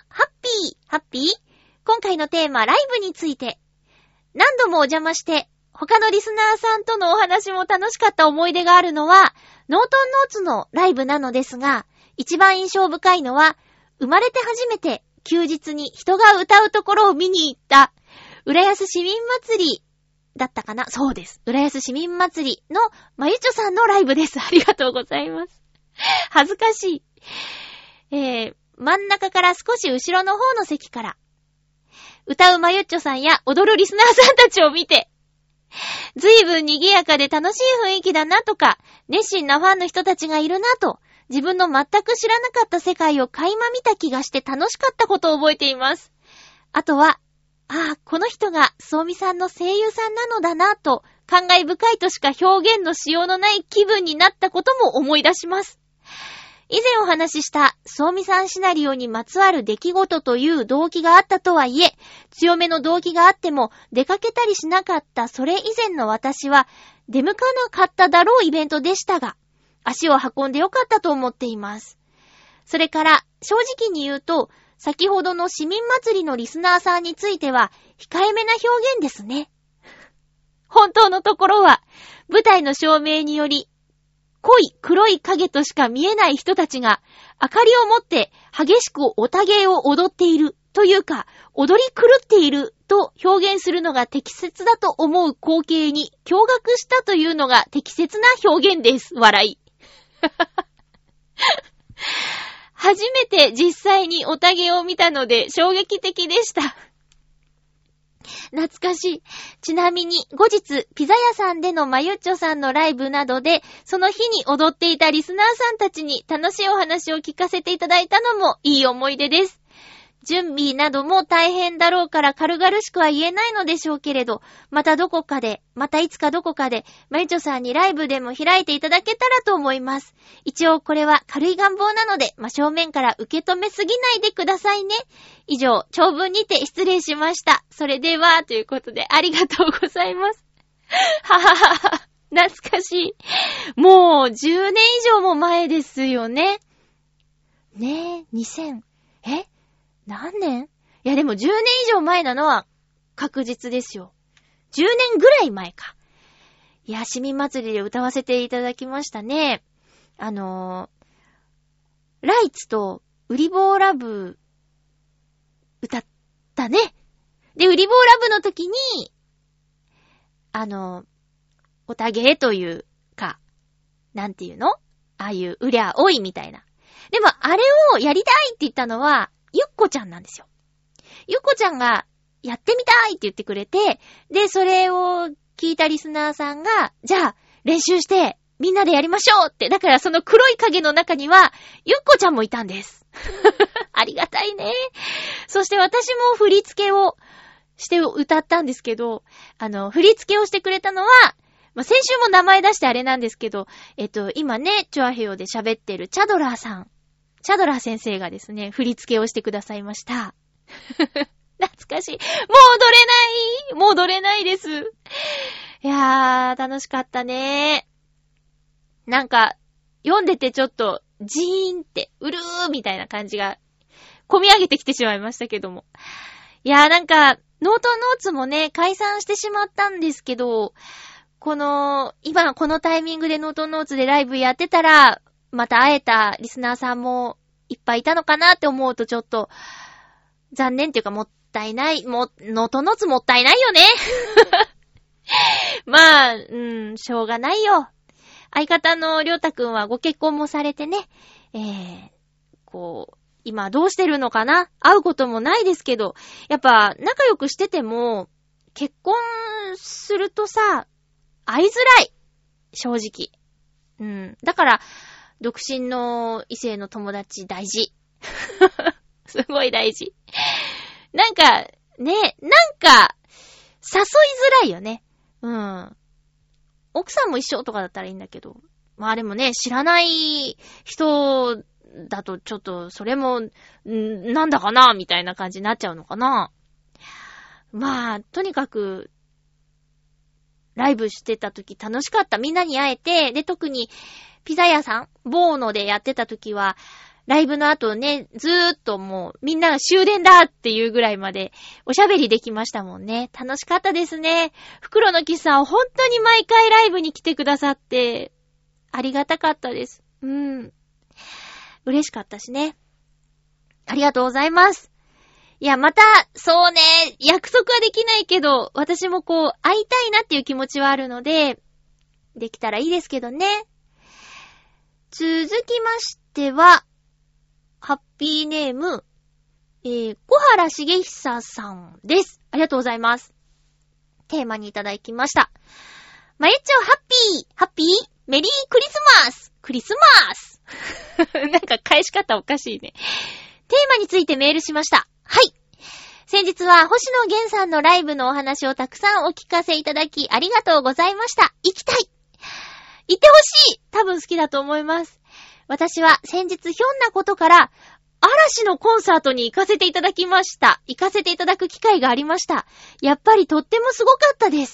ピー、ハッピー。今回のテーマ、ライブについて。何度もお邪魔して、他のリスナーさんとのお話も楽しかった思い出があるのは、ノートンノーツのライブなのですが、一番印象深いのは、生まれて初めて休日に人が歌うところを見に行った、浦安市民祭りだったかな？そうです。浦安市民祭りのまゆちょさんのライブです。ありがとうございます。恥ずかしい。えー、真ん中から少し後ろの方の席から、歌うまゆっちょさんや踊るリスナーさんたちを見て、ずいぶん賑やかで楽しい雰囲気だなとか、熱心なファンの人たちがいるなと、自分の全く知らなかった世界を垣間見た気がして楽しかったことを覚えています。あとは、ああ、この人がそうみさんの声優さんなのだなと、感慨深いとしか表現のしようのない気分になったことも思い出します。以前お話ししたそうみさんシナリオにまつわる出来事という動機があったとはいえ、強めの動機があっても出かけたりしなかったそれ以前の私は出向かなかっただろうイベントでしたが、足を運んでよかったと思っています。それから正直に言うと、先ほどの市民祭りのリスナーさんについては控えめな表現ですね。本当のところは舞台の照明により濃い黒い影としか見えない人たちが明かりを持って激しくおたげを踊っているというか踊り狂っていると表現するのが適切だと思う光景に驚愕したというのが適切な表現です。笑い。初めて実際におたげを見たので衝撃的でした。懐かしい。ちなみに後日ピザ屋さんでのまゆっちょさんのライブなどでその日に踊っていたリスナーさんたちに楽しいお話を聞かせていただいたのもいい思い出です。準備なども大変だろうから軽々しくは言えないのでしょうけれど、またどこかで、またいつかどこかでまゆちょさんにライブでも開いていただけたらと思います。一応これは軽い願望なので、真正面から受け止めすぎないでくださいね。以上、長文にて失礼しました。それでは、ということでありがとうございます。はははは、懐かしい。もうじゅうねん以上も前ですよね。ねえ、にせん、え何年？いやでもじゅうねん以上前なのは確実ですよ。じゅうねんぐらい前か。いや、市民祭りで歌わせていただきましたね。あのー、ライツとウリボーラブ歌ったね。で、ウリボーラブの時に、あのー、おたげというか、なんていうの？ああいううりゃおいみたいな。でもあれをやりたいって言ったのは、ゆっこちゃんなんですよ。ゆっこちゃんがやってみたいって言ってくれて、で、それを聞いたリスナーさんが、じゃあ練習してみんなでやりましょうって、だからその黒い影の中にはゆっこちゃんもいたんです。ありがたいね。そして私も振り付けをして歌ったんですけど、あの、振り付けをしてくれたのは、まあ、先週も名前出してあれなんですけど、えっと、今ね、チョアヘヨで喋ってるチャドラーさん。チャドラー先生がですね、振り付けをしてくださいました。懐かしい。もう踊れないもう踊れないです。いやー、楽しかったね。なんか、読んでてちょっと、ジーンって、うるーみたいな感じが、込み上げてきてしまいましたけども。いやーなんか、ノートノーツもね、解散してしまったんですけど、この、今このタイミングでノートノーツでライブやってたら、また会えたリスナーさんもいっぱいいたのかなって思うとちょっと残念っていうかもったいない、も、ノートノーツもったいないよね。まあ、うん、しょうがないよ。相方のりょうたくんはご結婚もされてね、えー、こう、今どうしてるのかな？会うこともないですけど、やっぱ仲良くしてても結婚するとさ、会いづらい。正直。うん。だから、独身の異性の友達大事。すごい大事。なんか、ね、なんか、誘いづらいよね。うん。奥さんも一緒とかだったらいいんだけど。まあでもね、知らない人だとちょっと、それも、んなんだかなみたいな感じになっちゃうのかな。まあ、とにかく、ライブしてた時楽しかった。みんなに会えて、で、特に、ピザ屋さん、ボーノでやってた時は、 ライブの後ね、ずーっともうみんなが終電だっていうぐらいまでおしゃべりできましたもんね。楽しかったですね。袋のキスさん本当に毎回ライブに来てくださってありがたかったです。うん。嬉しかったしね。ありがとうございます。いや、また、そうね、約束はできないけど、私もこう、会いたいなっていう気持ちはあるので、できたらいいですけどね。続きましては、ハッピーネーム、えー、小原茂久さんです。ありがとうございます。テーマにいただきました。まゆっちょハッピー、ハッピー、メリークリスマス、クリスマス。なんか返し方おかしいね。テーマについてメールしました。はい。先日は星野源さんのライブのお話をたくさんお聞かせいただきありがとうございました。行きたい。行ってほしい。多分好きだと思います。私は先日ひょんなことから嵐のコンサートに行かせていただきました。行かせていただく機会がありました。やっぱりとってもすごかったです。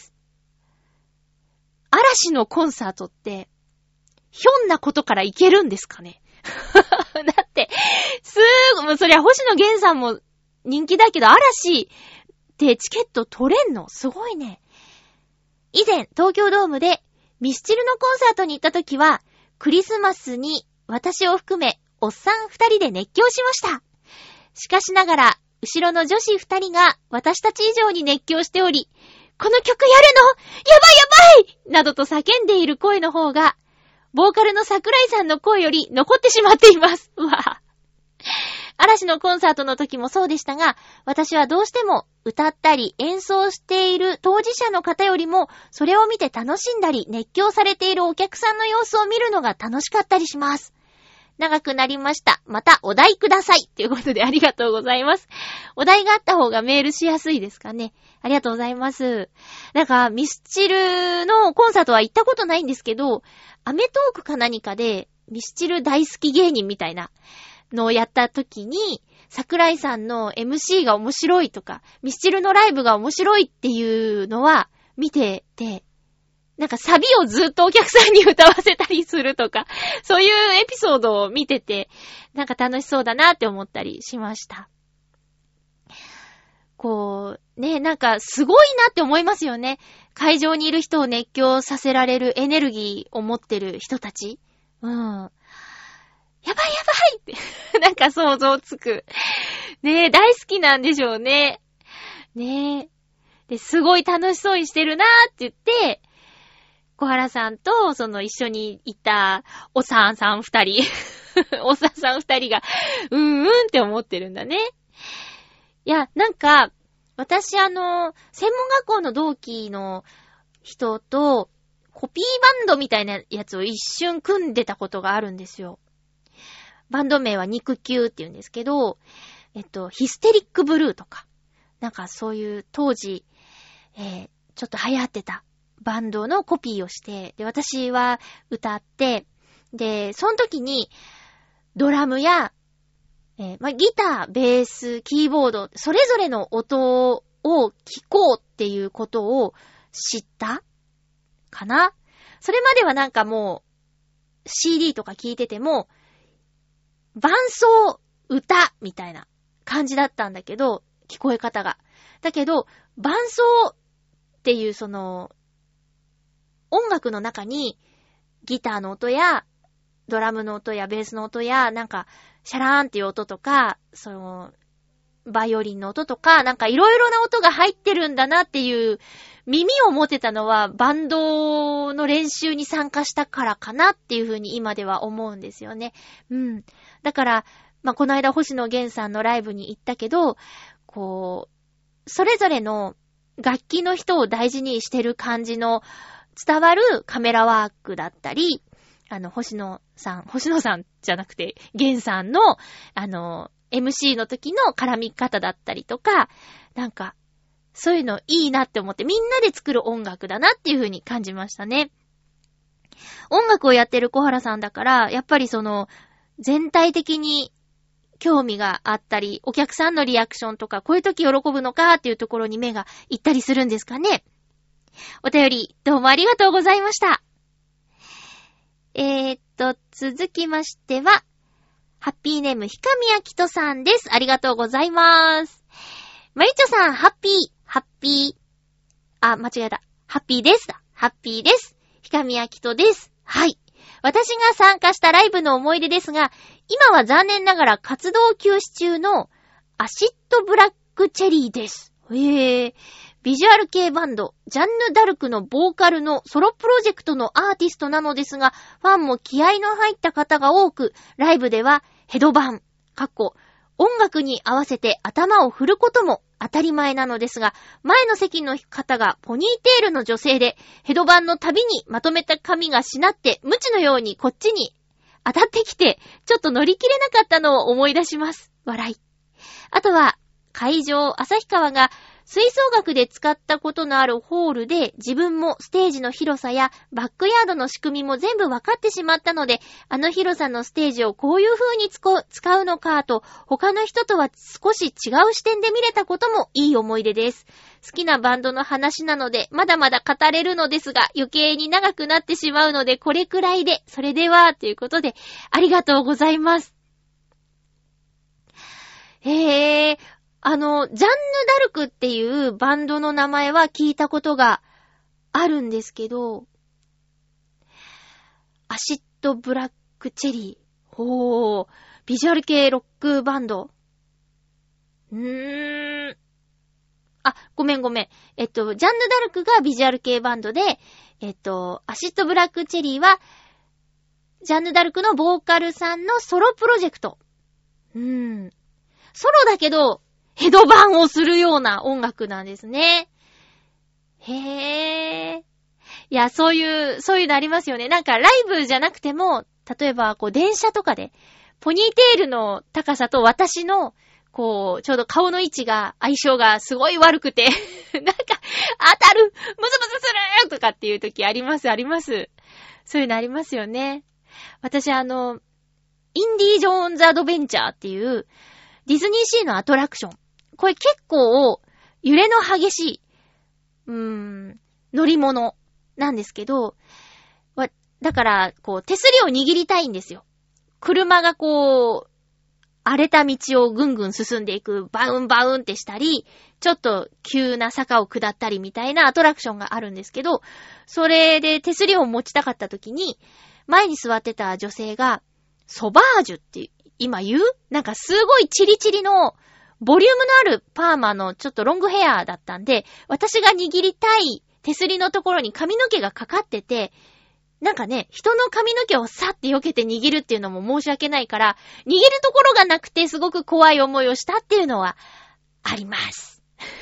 嵐のコンサートってひょんなことから行けるんですかね。だって、すーごい、そりゃ星野源さんも人気だけど、嵐ってチケット取れんのすごいね。以前、東京ドームでミスチルのコンサートに行った時は、クリスマスに私を含め、おっさん二人で熱狂しました。しかしながら、後ろの女子二人が私たち以上に熱狂しており、この曲やるのやばいやばいなどと叫んでいる声の方が、ボーカルの桜井さんの声より残ってしまっています。うわ。嵐のコンサートの時もそうでしたが、私はどうしても歌ったり演奏している当事者の方よりも、それを見て楽しんだり熱狂されているお客さんの様子を見るのが楽しかったりします。長くなりました。またお題ください。ということでありがとうございます。お題があった方がメールしやすいですかね。ありがとうございます。なんか、ミスチルのコンサートは行ったことないんですけど、アメトークか何かで、ミスチル大好き芸人みたいなのをやった時に、桜井さんの エムシー が面白いとか、ミスチルのライブが面白いっていうのは見てて、なんかサビをずっとお客さんに歌わせたりするとか、そういうエピソードを見てて、なんか楽しそうだなって思ったりしました。こう、ね、なんかすごいなって思いますよね。会場にいる人を熱狂させられるエネルギーを持ってる人たち。うん。やばいやばいってなんか想像つく。ねえ、大好きなんでしょうね。ねえ。で、すごい楽しそうにしてるなーって言って、小原さんと、その一緒にいたおさんさん二人、おさんさん二人が、うんうんって思ってるんだね。いや、なんか、私あの、専門学校の同期の人と、コピーバンドみたいなやつを一瞬組んでたことがあるんですよ。バンド名は肉球って言うんですけど、えっと、ヒステリックブルーとか、なんかそういう当時、えー、ちょっと流行ってたバンドのコピーをして、で、私は歌って、で、その時に、ドラムや、えー、まあ、ギター、ベース、キーボード、それぞれの音を聞こうっていうことを知ったかな？それまではなんかもう、シーディー とか聞いてても、伴奏、歌、みたいな感じだったんだけど、聞こえ方が。だけど、伴奏っていうその、音楽の中に、ギターの音や、ドラムの音やベースの音や、なんか、シャラーンっていう音とか、その、バイオリンの音とか、なんかいろいろな音が入ってるんだなっていう耳を持てたのはバンドの練習に参加したからかなっていうふうに今では思うんですよね。うん。だから、まあ、この間星野源さんのライブに行ったけど、こう、それぞれの楽器の人を大事にしてる感じの伝わるカメラワークだったり、あの、星野さん、星野さんじゃなくて、源さんの、あの、エムシー の時の絡み方だったりとか、なんか、そういうのいいなって思って、みんなで作る音楽だなっていう風に感じましたね。音楽をやってる小原さんだから、やっぱりその、全体的に興味があったり、お客さんのリアクションとか、こういう時喜ぶのかっていうところに目が行ったりするんですかね。お便り、どうもありがとうございました。えーっと、続きましては、 ハッピーネームひかみやきとさんです。ありがとうございます。まゆちょさん、ハッピー、ハッピー。あ、間違えた。ハッピーです。ハッピーです。ひかみやきとです。はい。私が参加したライブの思い出ですが、今は残念ながら活動休止中のアシッドブラックチェリーです。へぇ。ビジュアル系バンド、ジャンヌ・ダルクのボーカルのソロプロジェクトのアーティストなのですが、ファンも気合の入った方が多く、ライブではヘドバン、かっこ、音楽に合わせて頭を振ることも当たり前なのですが、前の席の方がポニーテールの女性で、ヘドバンの旅にまとめた髪がしなって、無知のようにこっちに当たってきて、ちょっと乗り切れなかったのを思い出します。笑い。あとは、会場、旭川が、吹奏楽で使ったことのあるホールで自分もステージの広さやバックヤードの仕組みも全部分かってしまったので、あの広さのステージをこういう風に使うのかと他の人とは少し違う視点で見れたこともいい思い出です。好きなバンドの話なのでまだまだ語れるのですが余計に長くなってしまうのでこれくらいで、それではということでありがとうございます。へー。あの、ジャンヌ・ダルクっていうバンドの名前は聞いたことがあるんですけど、アシッド・ブラック・チェリー。ほー、ビジュアル系ロックバンド。うーん。あ、ごめんごめん。えっと、ジャンヌ・ダルクがビジュアル系バンドで、えっと、アシッド・ブラック・チェリーは、ジャンヌ・ダルクのボーカルさんのソロプロジェクト。うーん。ソロだけど、ヘドバンをするような音楽なんですね。へー。いや、そういう、そういうのありますよね。なんかライブじゃなくても、例えばこう電車とかで、ポニーテールの高さと私の、こう、ちょうど顔の位置が、相性がすごい悪くて、なんか、当たる、ムズムズするとかっていう時あります、あります。そういうのありますよね。私あの、インディ・ジョーンズ・アドベンチャーっていう、ディズニーシーのアトラクション。これ結構揺れの激しい、うーん、乗り物なんですけど、だからこう手すりを握りたいんですよ。車がこう荒れた道をぐんぐん進んでいく、バウンバウンってしたり、ちょっと急な坂を下ったりみたいなアトラクションがあるんですけど、それで手すりを持ちたかった時に、前に座ってた女性がソバージュって今言う？なんかすごいチリチリのボリュームのあるパーマのちょっとロングヘアだったんで、私が握りたい手すりのところに髪の毛がかかってて、なんかね、人の髪の毛をさって避けて握るっていうのも申し訳ないから、握るところがなくてすごく怖い思いをしたっていうのはあります。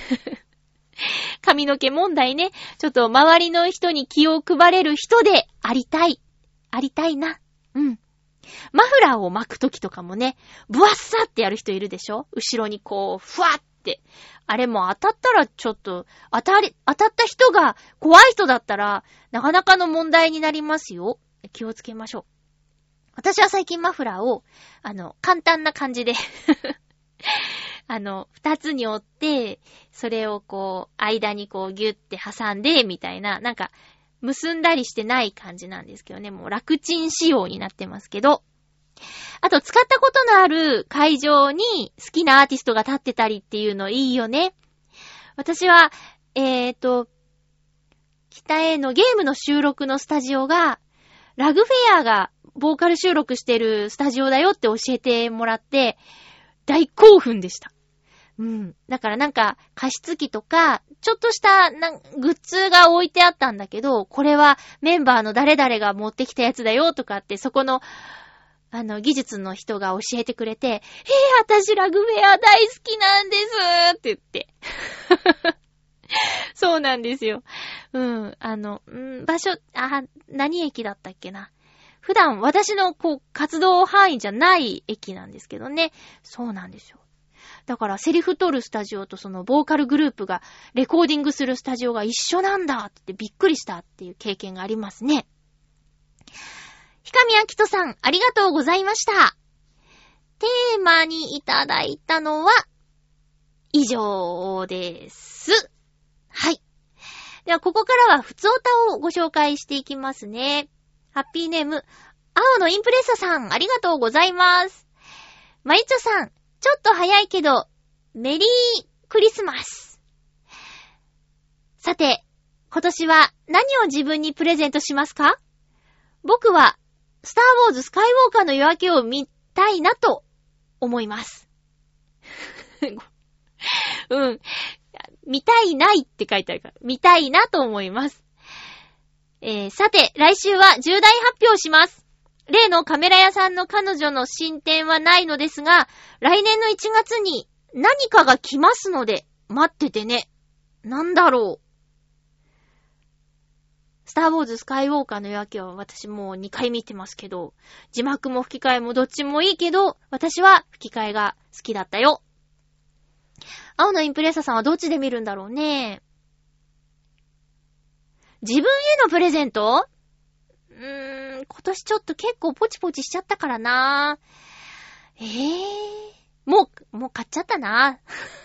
髪の毛問題ね、ちょっと周りの人に気を配れる人でありたい。ありたいな。うん。マフラーを巻くときとかもね、ブワッサってやる人いるでしょ？後ろにこう、ふわって。あれも当たったらちょっと、当たり、当たった人が怖い人だったら、なかなかの問題になりますよ。気をつけましょう。私は最近マフラーを、あの、簡単な感じで、あの、二つに折って、それをこう、間にこうギュッて挟んで、みたいな、なんか、結んだりしてない感じなんですけどね。もう楽ちん仕様になってますけど。あと使ったことのある会場に好きなアーティストが立ってたりっていうのいいよね。私は、えーと、北へのゲームの収録のスタジオが、ラグフェアがボーカル収録してるスタジオだよって教えてもらって、大興奮でした。うん。だからなんか加湿器とか、ちょっとしたなんグッズが置いてあったんだけど、これはメンバーの誰々が持ってきたやつだよとかって、そこの、あの、技術の人が教えてくれて、えー、私ラグフェア大好きなんですって言って。そうなんですよ。うん。あの、ん場所、あ、何駅だったっけな。普段私のこう活動範囲じゃない駅なんですけどね。そうなんですよ。だからセリフ取るスタジオとそのボーカルグループがレコーディングするスタジオが一緒なんだってびっくりしたっていう経験がありますね。ひかみあきとさん、ありがとうございました。テーマにいただいたのは以上です。はい。ではここからはふつおたをご紹介していきますね。ハッピーネーム青のインプレッサさん、ありがとうございます。 まゆちょさん、ちょっと早いけど、メリークリスマス。さて、今年は何を自分にプレゼントしますか？僕は、スターウォーズスカイウォーカーの夜明けを見たいなと思います。うん。見たいないって書いてあるから、見たいなと思います。えー、さて、来週は重大発表します。例のカメラ屋さんの彼女の進展はないのですが、来年のいちがつに何かが来ますので、待っててね。なんだろう。スターウォーズスカイウォーカーの夜明けは私もうにかい見てますけど、字幕も吹き替えもどっちもいいけど、私は吹き替えが好きだったよ。青のインプレッサさんはどっちで見るんだろうね。自分へのプレゼント？うーん、今年ちょっと結構ポチポチしちゃったからな。えー、もう、もう買っちゃったな。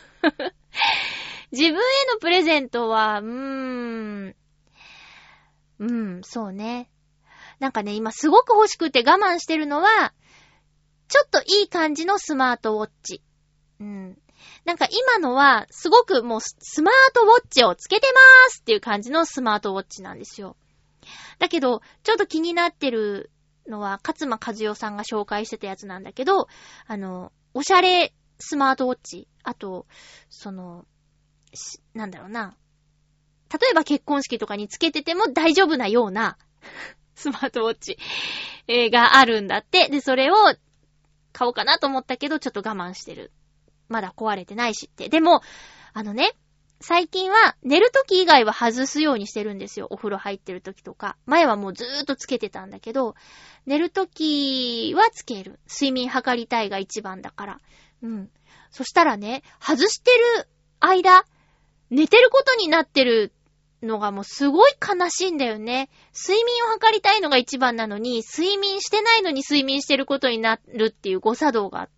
自分へのプレゼントは、うーん、うん、そうね。なんかね、今すごく欲しくて我慢してるのは、ちょっといい感じのスマートウォッチ。うん。なんか今のは、すごくもうスマートウォッチをつけてまーすっていう感じのスマートウォッチなんですよ。だけど、ちょっと気になってるのは、勝間和代さんが紹介してたやつなんだけど、あの、おしゃれスマートウォッチ。あと、その、なんだろうな。例えば結婚式とかにつけてても大丈夫なようなスマートウォッチ、えー、があるんだって。で、それを買おうかなと思ったけど、ちょっと我慢してる。まだ壊れてないしって。でも、あのね、最近は寝るとき以外は外すようにしてるんですよ。お風呂入ってるときとか。前はもうずーっとつけてたんだけど、寝るときはつける。睡眠測りたいが一番だから。うん。そしたらね、外してる間、寝てることになってるのがもうすごい悲しいんだよね。睡眠を測りたいのが一番なのに、睡眠してないのに睡眠してることになるっていう誤作動があって、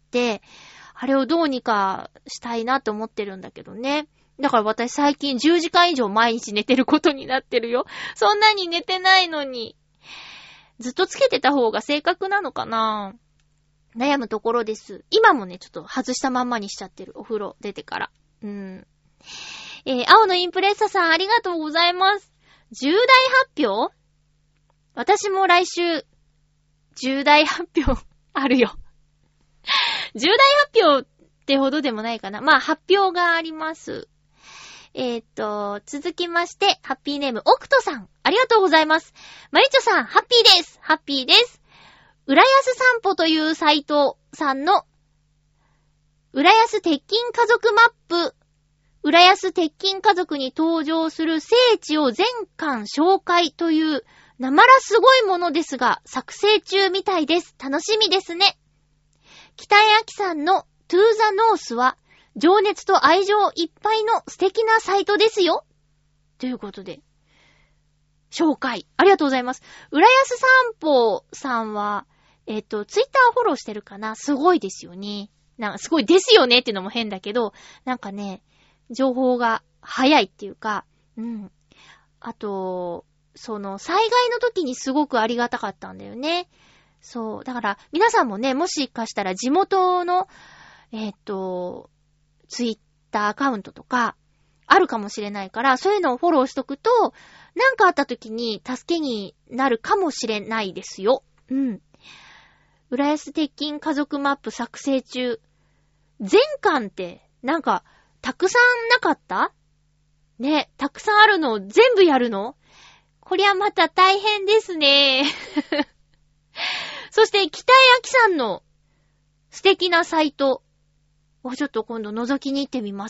あれをどうにかしたいなと思ってるんだけどね。だから私最近じゅうじかん以上毎日寝てることになってるよ。そんなに寝てないのに。ずっとつけてた方が正確なのかな？悩むところです。今もね、ちょっと外したまんまにしちゃってる。お風呂出てから。うん。えー、青のインプレッサさんありがとうございます。重大発表？私も来週、重大発表あるよ。重大発表ってほどでもないかな。まあ、発表があります。えーっと、続きまして、ハッピーネーム、オクトさん。ありがとうございます。マリチョさん、ハッピーです。ハッピーです。浦安散歩というサイトさんの、浦安鉄筋家族マップ、浦安鉄筋家族に登場する聖地を全巻紹介という、なまらすごいものですが、作成中みたいです。楽しみですね。北江明さんのトゥーザノースは情熱と愛情いっぱいの素敵なサイトですよ。ということで、紹介。ありがとうございます。浦安散歩さんは、えっと、ツイッターフォローしてるかな？すごいですよね。なんかすごいですよねっていうのも変だけど、なんかね、情報が早いっていうか、うん。あと、その、災害の時にすごくありがたかったんだよね。そう。だから、皆さんもね、もしかしたら地元の、えっと、ツイッターアカウントとか、あるかもしれないから、そういうのをフォローしとくと、なんかあった時に助けになるかもしれないですよ。うん。浦安鉄筋家族マップ作成中。全巻って、なんか、たくさんなかった？ね、たくさんあるのを全部やるの？こりゃまた大変ですね。そして、北江明さんの素敵なサイトをちょっと今度覗きに行ってみます。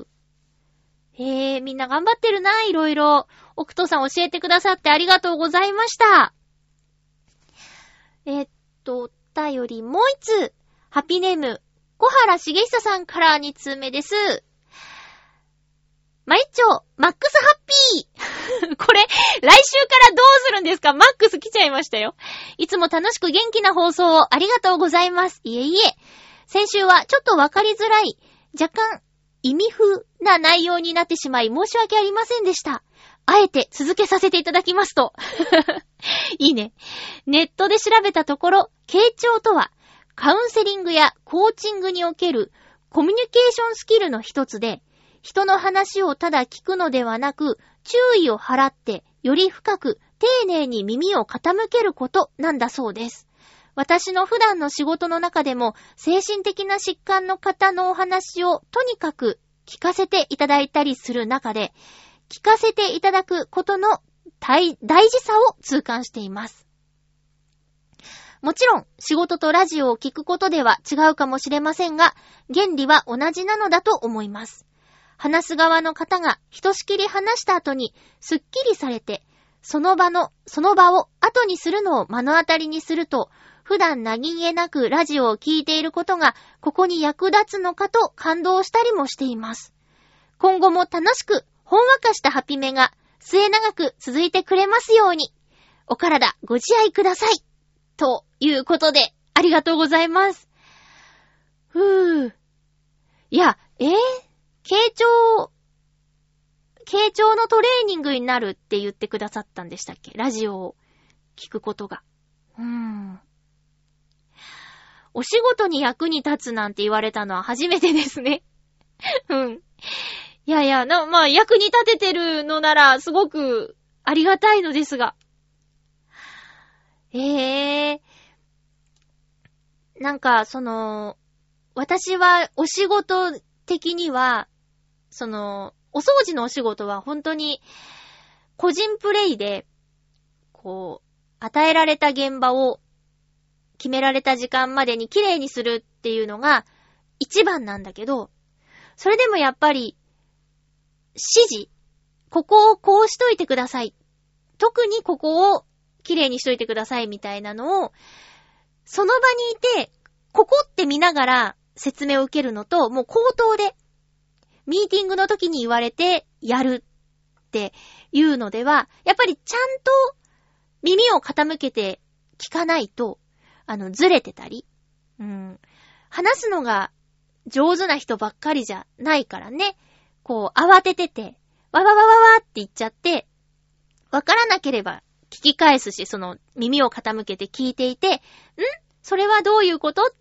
へえ、みんな頑張ってるな、いろいろ。奥戸さん教えてくださってありがとうございました。えー、っと、お便りもう一つ。ハッピーネーム、小原茂久さんからに通目です。マイッチョ、マックスハッピーこれ、来週からどうするんですか？マックス来ちゃいましたよ。いつも楽しく元気な放送をありがとうございます。いえいえ。先週はちょっとわかりづらい、若干意味風な内容になってしまい申し訳ありませんでした。あえて続けさせていただきますと。いいね。ネットで調べたところ、傾聴とは、 カウンセリングやコーチングにおけるコミュニケーションスキルの一つで、人の話をただ聞くのではなく、注意を払ってより深く丁寧に耳を傾けることなんだそうです。私の普段の仕事の中でも精神的な疾患の方のお話をとにかく聞かせていただいたりする中で、聞かせていただくことの大, 大事さを痛感しています。もちろん仕事とラジオを聞くことでは違うかもしれませんが、原理は同じなのだと思います。話す側の方がひとしきり話した後にすっきりされて、その場の、その場を後にするのを目の当たりにすると、普段何気なくラジオを聞いていることがここに役立つのかと感動したりもしています。今後も楽しくほんわかしたハピメが末永く続いてくれますように、お体ご自愛ください。ということで、ありがとうございます。ふぅ。いや、えー、傾聴、傾聴のトレーニングになるって言ってくださったんでしたっけ？ラジオを聞くことが。うーん。お仕事に役に立つなんて言われたのは初めてですね。うん。いやいや、な、まあ、役に立ててるのなら、すごくありがたいのですが。ええー。なんか、その、私はお仕事的には、その、お掃除のお仕事は本当に、個人プレイで、こう、与えられた現場を、決められた時間までに綺麗にするっていうのが一番なんだけど、それでもやっぱり指示、ここをこうしといてください。特にここを綺麗にしといてくださいみたいなのを、その場にいて、ここって見ながら説明を受けるのと、もう口頭で、ミーティングの時に言われてやるっていうのでは、やっぱりちゃんと耳を傾けて聞かないと、あの、ずれてたり、うん。話すのが上手な人ばっかりじゃないからね。こう、慌ててて、わわわわわって言っちゃって、わからなければ聞き返すし、その耳を傾けて聞いていて、ん？それはどういうことって、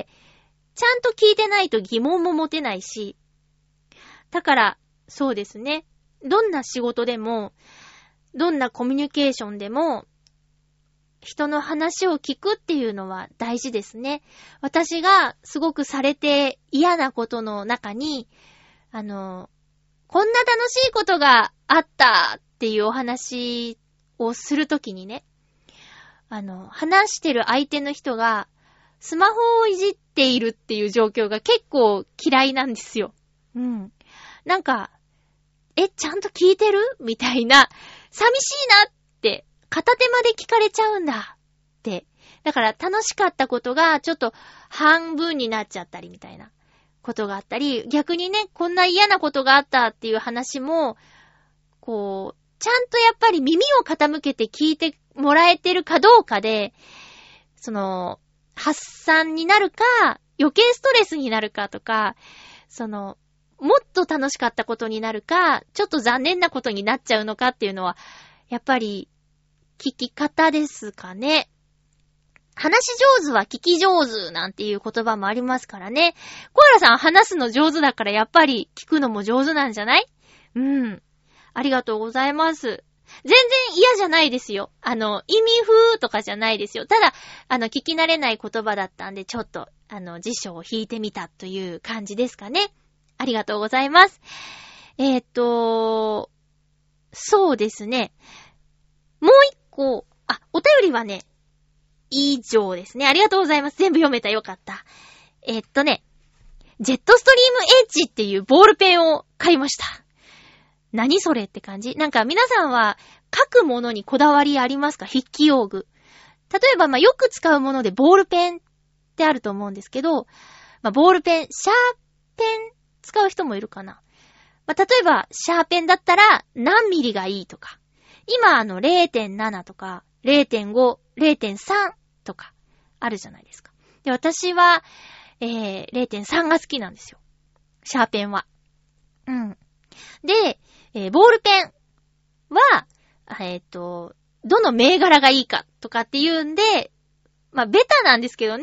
ちゃんと聞いてないと疑問も持てないし、だから、そうですね。どんな仕事でも、どんなコミュニケーションでも、人の話を聞くっていうのは大事ですね。私がすごくされて嫌なことの中に、あの、こんな楽しいことがあったっていうお話をするときにね、あの、話してる相手の人がスマホをいじっているっていう状況が結構嫌いなんですよ。うん。なんか、え、ちゃんと聞いてる？みたいな、寂しいなって片手まで聞かれちゃうんだって。だから楽しかったことがちょっと半分になっちゃったりみたいなことがあったり、逆にね、こんな嫌なことがあったっていう話も、こう、ちゃんとやっぱり耳を傾けて聞いてもらえてるかどうかで、その、発散になるか、余計ストレスになるかとか、その、もっと楽しかったことになるか、ちょっと残念なことになっちゃうのかっていうのは、やっぱり、聞き方ですかね。話し上手は聞き上手なんていう言葉もありますからね。コアラさん話すの上手だからやっぱり聞くのも上手なんじゃない？うん。ありがとうございます。全然嫌じゃないですよ。あの、意味風とかじゃないですよ。ただ、あの、聞き慣れない言葉だったんで、ちょっと、あの、辞書を引いてみたという感じですかね。ありがとうございます。えーっと、そうですね。もう一個、あ、お便りはね、以上ですね。ありがとうございます。全部読めた。よかった。えーっとね、ジェットストリームエッジっていうボールペンを買いました。何それって感じ？なんか皆さんは書くものにこだわりありますか？筆記用具。例えば、まあ、よく使うものでボールペンってあると思うんですけど、まあ、ボールペン、シャーペン使う人もいるかな。まあ、例えば、シャーペンだったら何ミリがいいとか。今、あの、れいてんなな とか、れいてんご、れいてんさん とか、あるじゃないですか。で、私は、えー、れいてんさん が好きなんですよ。シャーペンは。うん。で、えー、ボールペンは、えっと、どの銘柄がいいかとかっていうんで、まあ、ベタなんですけどね。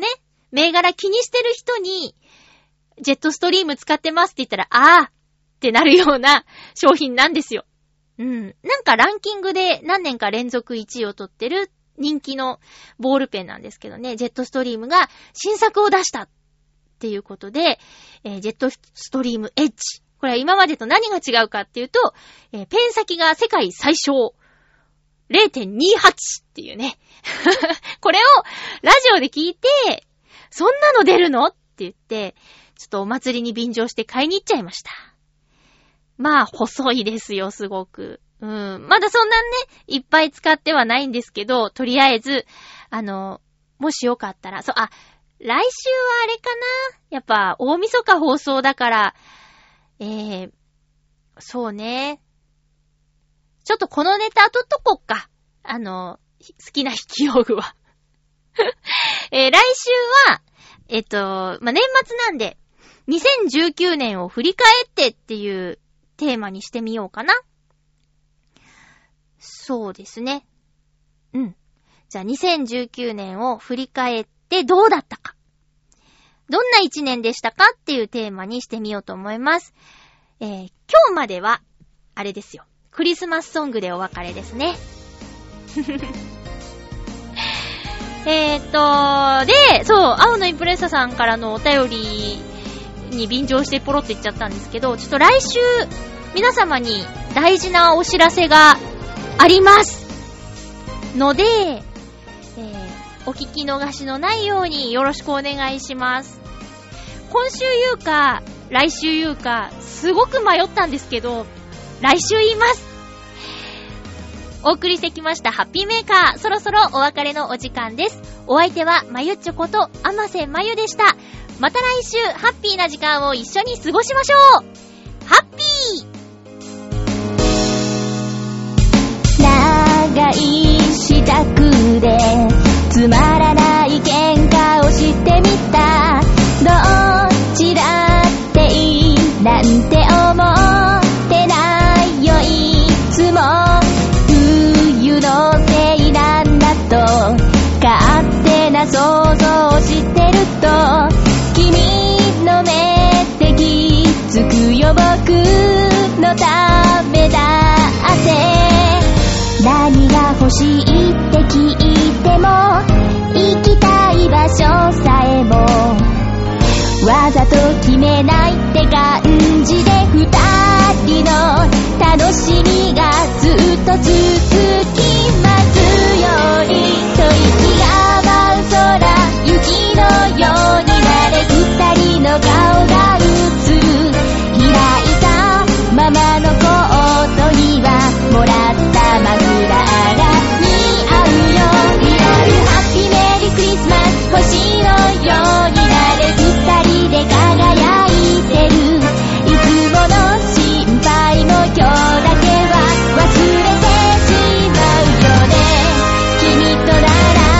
銘柄気にしてる人に、ジェットストリーム使ってますって言ったら、あーってなるような商品なんですよ。うん。なんかランキングで何年か連続いちいを取ってる人気のボールペンなんですけどね、ジェットストリームが新作を出したっていうことで、えー、ジェットストリームエッジ。これは今までと何が違うかっていうと、えー、ペン先が世界最小 れいてんにーはち っていうね。これをラジオで聞いて、そんなの出るのって言って、ちょっとお祭りに便乗して買いに行っちゃいました。まあ、細いですよ、すごく。うん。まだそんなね、いっぱい使ってはないんですけど、とりあえず、あの、もしよかったら、そう、あ、来週はあれかな？やっぱ、大晦日放送だから、えー、そうね。ちょっとこのネタ取っとこっか。あの、好きな筆記用具は。えー、来週は、えっと、まあ、年末なんで、にせんじゅうきゅうねんを振り返ってっていうテーマにしてみようかな。そうですね。うん。じゃあにせんじゅうきゅうねんを振り返ってどうだったか。どんな一年でしたかっていうテーマにしてみようと思います。えー、今日までは、あれですよ。クリスマスソングでお別れですね。えーっと、で、そう、青のインプレッサさんからのお便りに便乗してポロッと言っちゃったんですけど、ちょっと来週、皆様に大事なお知らせがありますので、えー、お聞き逃しのないようによろしくお願いします。今週言うか、来週言うか、すごく迷ったんですけど、来週言います。お送りしてきましたハッピーメーカー、そろそろお別れのお時間です。お相手はまゆっちょこと甘瀬まゆでした。また来週ハッピーな時間を一緒に過ごしましょう。ハッピー。 長い支度でつまらない喧嘩をしてみた。どっちだっていいなんて思ってないよ。いつも冬のせいなんだと勝手な想像をしてると、君の目で気づくよ。僕のためだって。何が欲しいって聞いても、行きたい場所さえもわざと決めないって感じで、二人の楽しみがずっと続きますように。と息が舞う空、雪のようになれ。二人の顔が映る開いたままのコートにはもらったマフラーが似合うよ。リアルハッピーメリークリスマス、星のようになれ。二人で輝いてる。いつもの心配も今日だけは忘れてしまうよね。君となら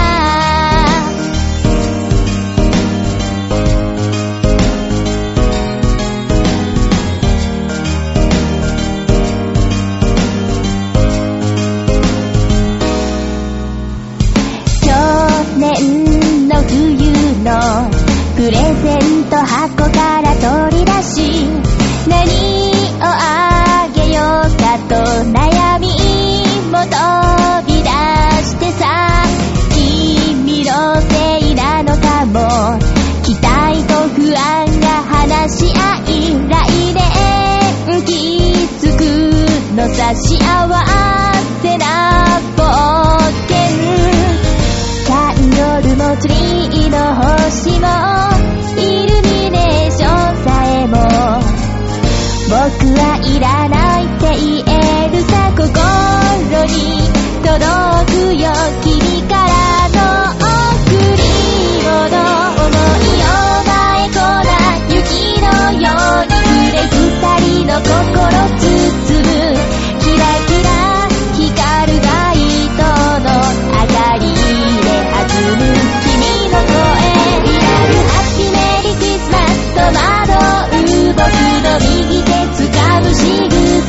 去年の冬のプレゼント箱から取り出し、何をあげようかと悩みも飛び出してさ。君のせいなのかも、期待と不安が話し合い、来年気づくのさ。幸せな冒険。キャンドルもツリーの星もイルミネーションさえも、僕はいらないって言えるさ。心に届くよ、君からの贈り物。思いよ前こな雪のように触れ、二人の心包むキラキラ光る街灯の明かりで弾む君の声。リアルハッピーメリークリスマス、戸惑う僕の右手掴む仕草。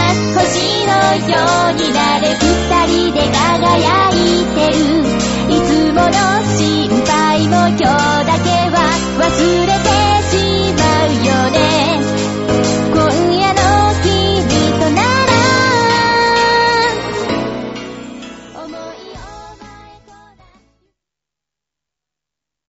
星のようになれ二人で輝いてるいつもの心配も今日だけは忘れ